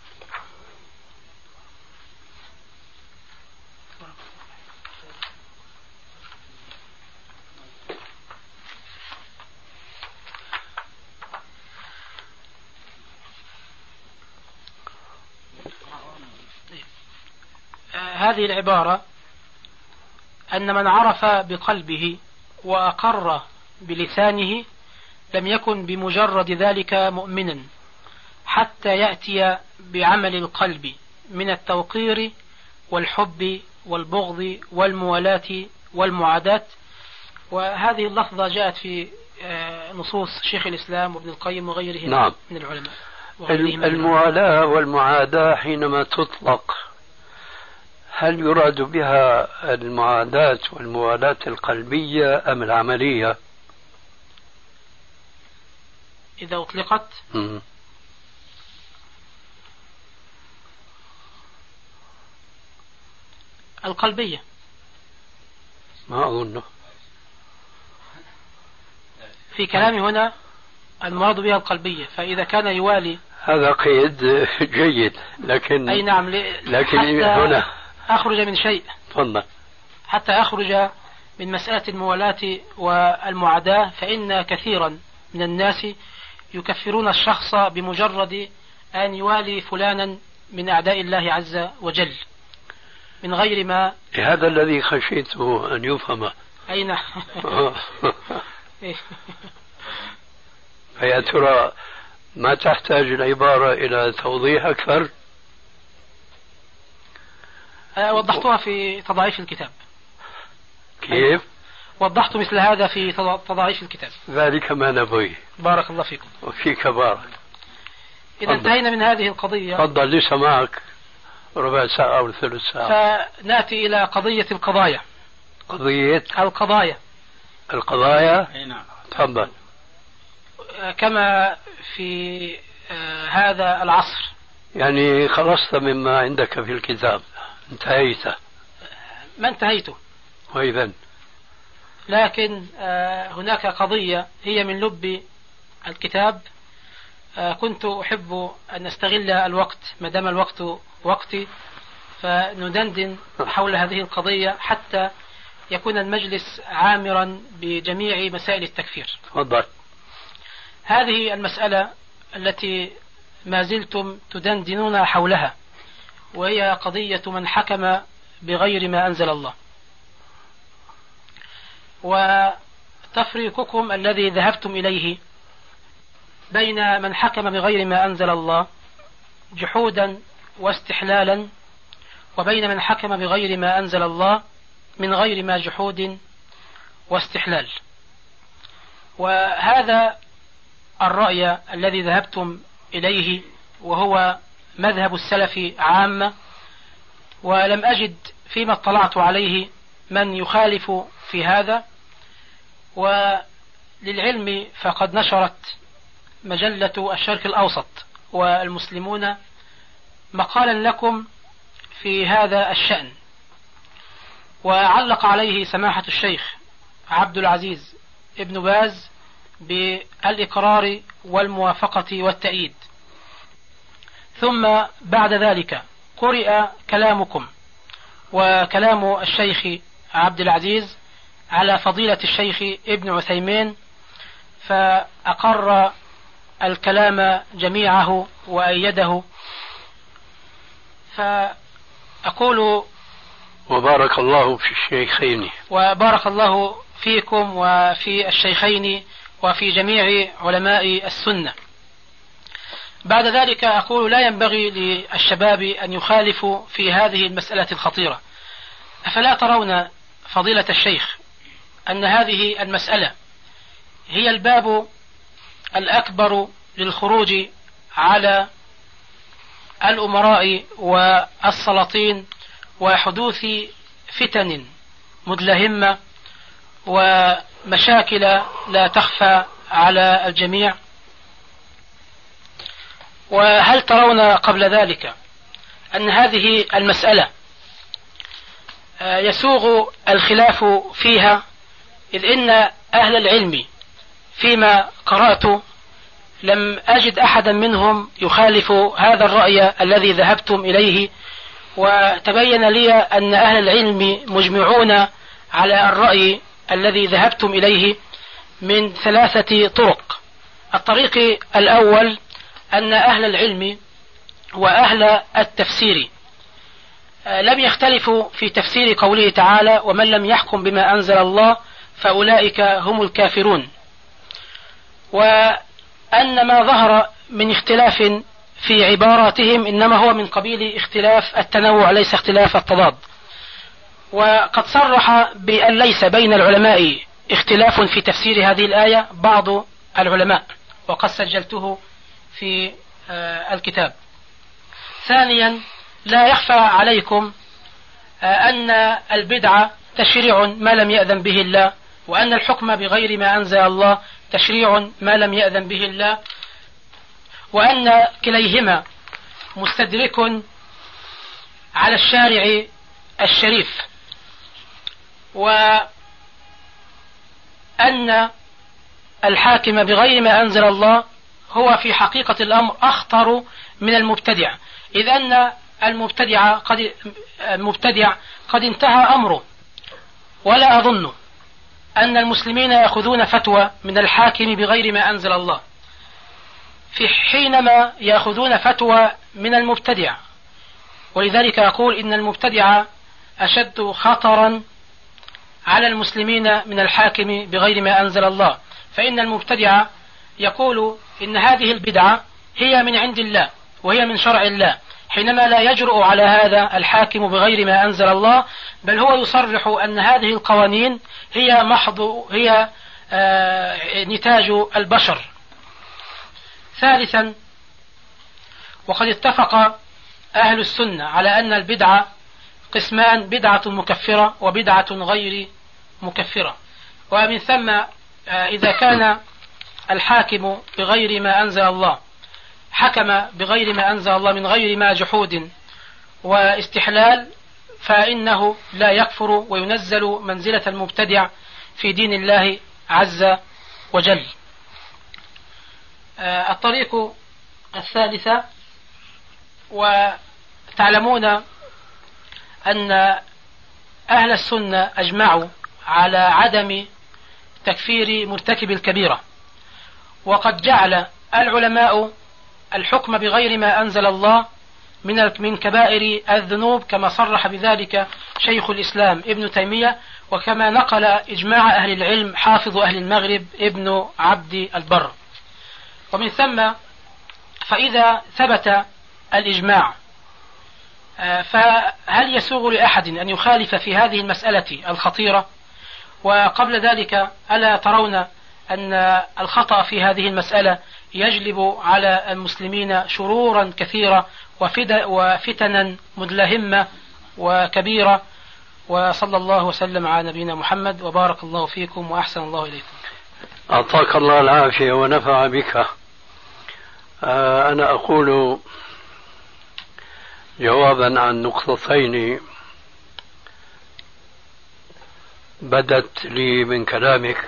هذه العبارة: أن من عرف بقلبه وأقر بلسانه لم يكن بمجرد ذلك مؤمنا حتى يأتي بعمل القلب من التوقير والحب والبغض والموالاة والمعاداة. وهذه اللفظة جاءت في نصوص شيخ الإسلام وابن القيم وغيره نعم. من العلماء. الموالاة والمعاداة حينما تطلق هل يراد بها المعاداة والموالاة القلبية أم العملية؟ إذا أطلقت م- القلبية. ما أظنه. في كلامي هنا المراد بها القلبية، فإذا كان يوالي هذا قيد جيد، لكن أي نعم. لكن هنا أخرج من شيء. تفضل. حتى أخرج من مسألة الموالاة والمعاداة، فإن كثيرا من الناس يكفرون الشخص بمجرد أن يوالي فلانا من أعداء الله عز وجل من غير ما. هذا الذي خشيته أن يفهم. أين؟ فيا ترى ما تحتاج العبارة إلى توضيح أكثر؟ وضحتها في تضعيف الكتاب. كيف؟ وضحت مثل هذا في تضعيف الكتاب. ذلك ما نبغي. بارك الله فيكم. وفيك بارك. إذا انتهينا من هذه القضية. تفضل، لسه معك ربع ساعة أو ثلث ساعة. فنأتي إلى قضية القضايا. قضية القضايا. القضايا. أي نعم. تفضل. كما في هذا العصر. يعني خلصت مما عندك في الكتاب، انتهيت؟ ما انتهيته. وإذن لكن هناك قضية هي من لب الكتاب، كنت أحب أن نستغل الوقت ما دام الوقت وقتي، فندندن حول هذه القضية حتى يكون المجلس عامرا بجميع مسائل التكفير. تفضل. هذه المسألة التي ما زلتم تدندنون حولها، وهي قضية من حكم بغير ما أنزل الله. وتفريقكم الذي ذهبتم إليه بين من حكم بغير ما أنزل الله جحودا واستحلالا وبين من حكم بغير ما أنزل الله من غير ما جحود واستحلال. وهذا الرأي الذي ذهبتم إليه وهو مذهب السلف عامة، ولم أجد فيما اطلعت عليه من يخالف في هذا. وللعلم فقد نشرت مجلة الشرق الأوسط والمسلمون مقالا لكم في هذا الشأن، وعلق عليه سماحة الشيخ عبد العزيز ابن باز بالإقرار والموافقة والتأييد. ثم بعد ذلك قرئ كلامكم وكلام الشيخ عبد العزيز على فضيلة الشيخ ابن عثيمين، فأقر الكلام جميعه وأيده. فأقول وبارك الله في الشيخين، وبارك الله فيكم وفي الشيخين وفي جميع علماء السنة. بعد ذلك أقول لا ينبغي للشباب أن يخالفوا في هذه المسألة الخطيرة. أفلا ترون فضيلة الشيخ أن هذه المسألة هي الباب الأكبر للخروج على الأمراء والسلاطين وحدوث فتن مدلهمة ومشاكل لا تخفى على الجميع؟ وهل ترون قبل ذلك أن هذه المسألة يسوغ الخلاف فيها، إذ إن أهل العلم فيما قرأت لم أجد أحدا منهم يخالف هذا الرأي الذي ذهبتم إليه، وتبين لي أن أهل العلم مجمعون على الرأي الذي ذهبتم إليه من ثلاثة طرق. الطريق الأول أن أهل العلم وأهل التفسير لم يختلفوا في تفسير قوله تعالى ومن لم يحكم بما أنزل الله فأولئك هم الكافرون، وأن ما ظهر من اختلاف في عباراتهم إنما هو من قبيل اختلاف التنوع ليس اختلاف التضاد. وقد صرح بأن ليس بين العلماء اختلاف في تفسير هذه الآية بعض العلماء، وقد سجلته في الكتاب. ثانيا لا يخفى عليكم أن البدعة تشريع ما لم يأذن به الله، وأن الحكم بغير ما أنزل الله تشريع ما لم يأذن به الله، وأن كليهما مستدرك على الشارع الشريف، وأن الحاكم بغير ما أنزل الله هو في حقيقة الأمر أخطر من المبتدع، إذ أن المبتدع قد المبتدع قد انتهى أمره، ولا أظن أن المسلمين يأخذون فتوى من الحاكم بغير ما أنزل الله في حينما يأخذون فتوى من المبتدع. ولذلك أقول إن المبتدع أشد خطرا على المسلمين من الحاكم بغير ما أنزل الله، فإن المبتدع يقول إن هذه البدعة هي من عند الله وهي من شرع الله، حينما لا يجرؤ على هذا الحاكم بغير ما أنزل الله، بل هو يصرح أن هذه القوانين هي محض هي آه نتاج البشر. ثالثا وقد اتفق أهل السنة على أن البدعة قسمان، بدعة مكفرة وبدعة غير مكفرة، ومن ثم آه إذا كان الحاكم بغير ما أنزل الله حكم بغير ما أنزل الله من غير ما جحود واستحلال فإنه لا يكفر وينزل منزلة المبتدع في دين الله عز وجل. آه الطريق الثالثة، وتعلمون أن أهل السنة أجمعوا على عدم تكفير مرتكب الكبيرة، وقد جعل العلماء الحكم بغير ما أنزل الله من من كبائر الذنوب كما صرح بذلك شيخ الإسلام ابن تيمية، وكما نقل إجماع أهل العلم حافظ أهل المغرب ابن عبد البر. ومن ثم فإذا ثبت الإجماع فهل يسوغ لأحد أن يخالف في هذه المسألة الخطيرة؟ وقبل ذلك ألا ترون أن الخطأ في هذه المسألة يجلب على المسلمين شرورا كثيرة وفتنا مدلهمة وكبيرة؟ وصلى الله وسلم على نبينا محمد، وبارك الله فيكم وأحسن الله إليكم. أعطاك الله العافية ونفع بك. أنا أقول جوابا عن نقطتين بدت لي من كلامك.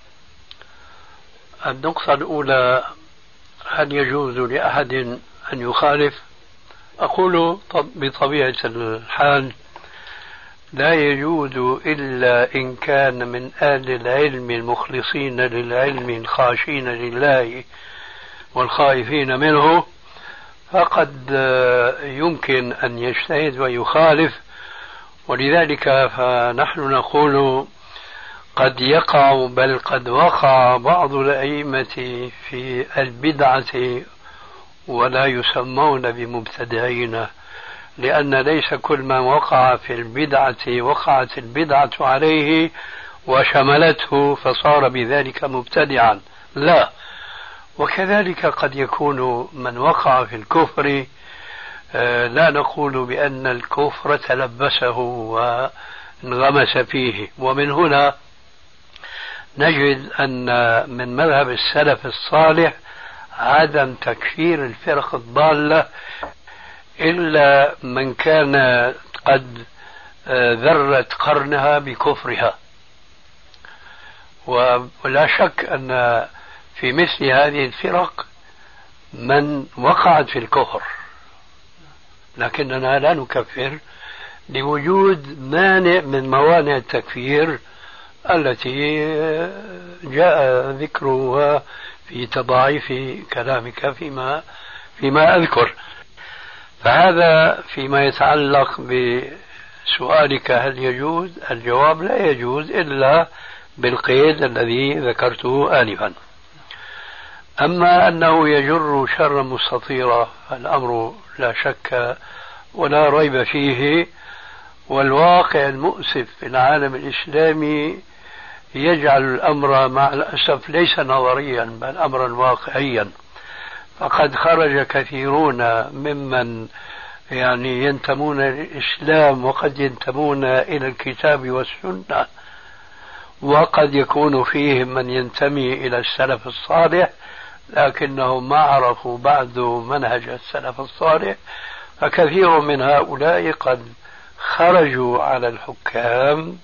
النقطة الأولى: هل يجوز لأحد أن يخالف؟ أقول بطبيعة الحال لا يجوز إلا إن كان من أهل العلم المخلصين للعلم الخاشين لله والخائفين منه، فقد يمكن أن يجتهد ويخالف. ولذلك فنحن نقول قد يقع بل قد وقع بعض الأئمة في البدعة ولا يسمون بمبتدعين، لأن ليس كل من وقع في البدعة وقعت البدعة عليه وشملته فصار بذلك مبتدعا، لا. وكذلك قد يكون من وقع في الكفر لا نقول بأن الكفر تلبسه وانغمس فيه. ومن هنا نجد أن من مذهب السلف الصالح عدم تكفير الفرق الضالة إلا من كان قد ذرت قرنها بكفرها. ولا شك أن في مثل هذه الفرق من وقعت في الكفر، لكننا لا نكفر لوجود مانع من موانع التكفير التي جاء ذكرها في تضاعيف كلامك فيما فيما أذكر. فهذا فيما يتعلق بسؤالك هل يجوز، الجواب لا يجوز إلا بالقيد الذي ذكرته آنفا. أما أنه يجر شرا مستطيرا فالأمر لا شك ولا ريب فيه، والواقع المؤسف في العالم الإسلامي يجعل الأمر مع الأسف ليس نظريا بل أمرا واقعيا. فقد خرج كثيرون ممن يعني ينتمون للإسلام وقد ينتمون إلى الكتاب والسنة، وقد يكون فيهم من ينتمي إلى السلف الصالح لكنهم ما عرفوا بعد منهج السلف الصالح، فكثير من هؤلاء قد خرجوا على الحكام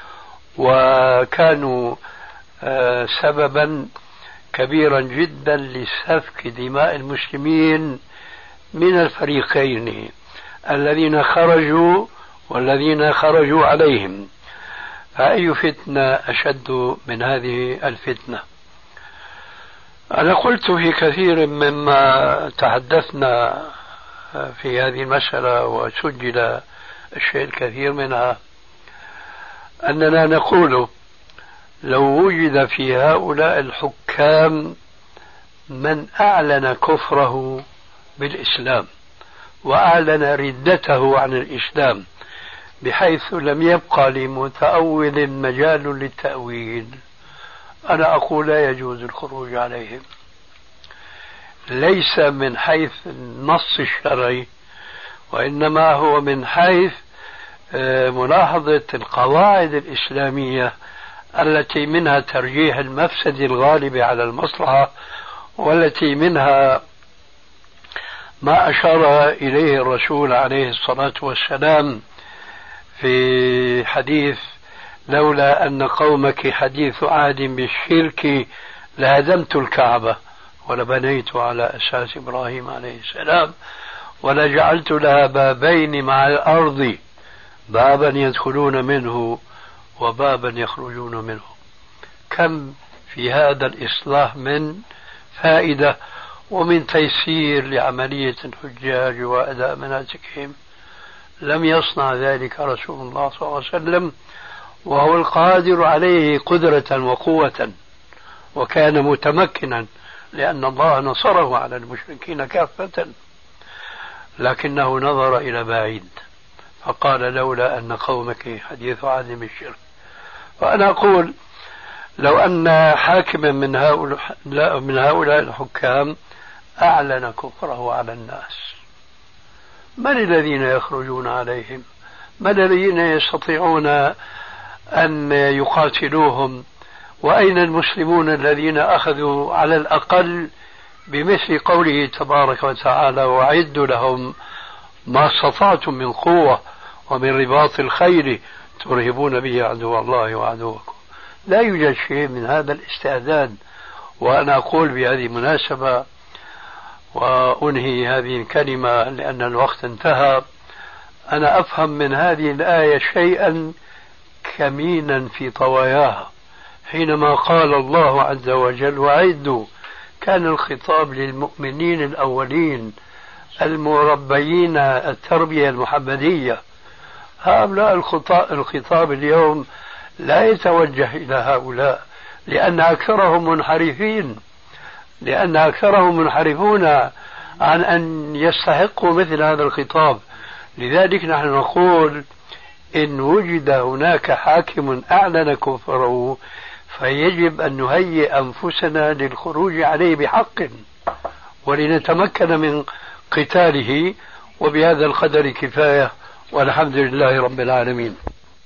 وكانوا سببا كبيرا جدا لسفك دماء المسلمين من الفريقين الذين خرجوا والذين خرجوا عليهم. فأي فتنة أشد من هذه الفتنة؟ أنا قلت في كثير مما تحدثنا في هذه المسألة وسجل الشيء الكثير منها أننا نقول لو وجد في هؤلاء الحكام من أعلن كفره بالإسلام وأعلن ردته عن الإسلام بحيث لم يبقى لمتأول مجال للتأويل، أنا أقول لا يجوز الخروج عليهم، ليس من حيث النص الشرعي وإنما هو من حيث ملاحظة القواعد الإسلامية التي منها ترجيح المفسد الغالب على المصلحة، والتي منها ما أشار إليه الرسول عليه الصلاة والسلام في حديث لولا أن قومك حديث عهد بالشرك لهدمت الكعبة ولبنيت على أساس إبراهيم عليه السلام ولجعلت لها بابين مع الأرض بابا يدخلون منه وبابا يخرجون منه. كم في هذا الإصلاح من فائدة، ومن تيسير لعملية الحجاج وأداء مناسكهم لم يصنع ذلك رسول الله صلى الله عليه وسلم، وهو القادر عليه قدرة وقوة، وكان متمكنا لأن الله نصره على المشركين كافة، لكنه نظر إلى بعيد فقال لولا أن قومك حديث عهد بالشرك. وأنا أقول لو أن حاكما من هؤلاء, من هؤلاء الحكام أعلن كفره على الناس، من الذين يخرجون عليهم؟ من الذين يستطيعون أن يقاتلوهم؟ وأين المسلمون الذين أخذوا على الأقل بمثل قوله تبارك وتعالى وأعدوا لهم ما استطعتم من قوة ومن رباط الخيل ترهبون به عدو الله وعدوكم؟ لا يوجد شيء من هذا الاستعداد. وأنا أقول بهذه المناسبة وأنهي هذه الكلمة لأن الوقت انتهى، أنا أفهم من هذه الآية شيئا كمينا في طواياها. حينما قال الله عز وجل وأعدوا، كان الخطاب للمؤمنين الأولين المربيين التربية المحمدية. هؤلاء الخطاب اليوم لا يتوجه إلى هؤلاء، لأن أكثرهم منحرفين لأن أكثرهم منحرفون عن أن يستحقوا مثل هذا الخطاب. لذلك نحن نقول إن وجد هناك حاكم أعلن كفره فيجب أن نهيئ أنفسنا للخروج عليه بحق ولنتمكن من قتاله. وبهذا القدر كفاية، والحمد لله رب العالمين.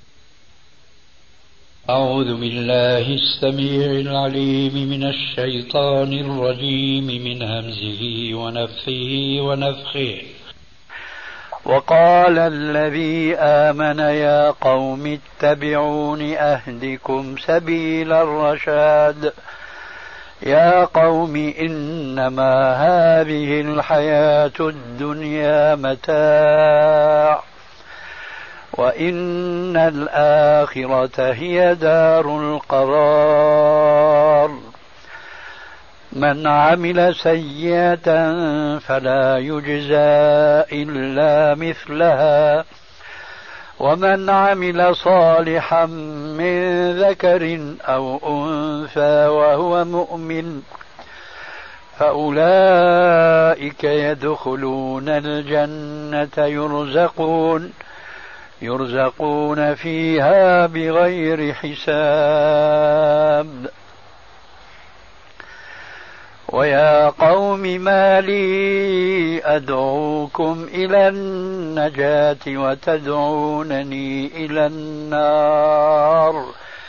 أعوذ بالله السميع العليم من الشيطان الرجيم من همزه ونفخه ونفخه. وقال الذي آمن يا قوم اتبعون أهدكم سبيل الرشاد. يا قوم إنما هذه الحياة الدنيا متاع وإن الآخرة هي دار القرار. من عمل سيئة فلا يجزى إلا مثلها ومن عمل صالحا من ذكر أو أنثى وهو مؤمن فأولئك يدخلون الجنة يرزقون يرزقون فيها بغير حساب. ويا قوم ما لي أدعوكم إلى النجاة وتدعونني إلى النار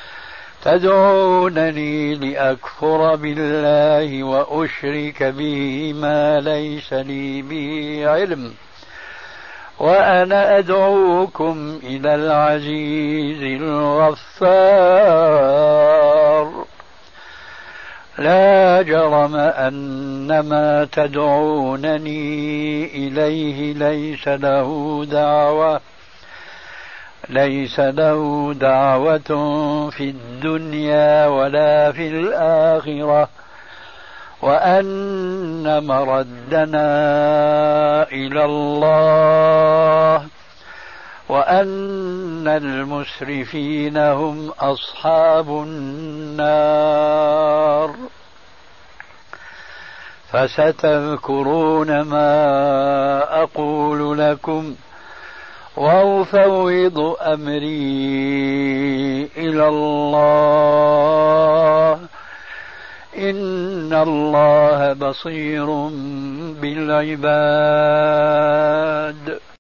تدعونني لأكفر بالله وأشرك به ما ليس لي به علم وأنا أدعوكم إلى العزيز الغفار. لا جرم أن ما تدعونني إليه ليس له دعوة ليس له دعوة في الدنيا ولا في الآخرة وأن مردنا إلى الله وأن المسرفين هم أصحاب النار. فستذكرون ما أقول لكم وأفوض أمري إلى الله إن الله بصير بالعباد.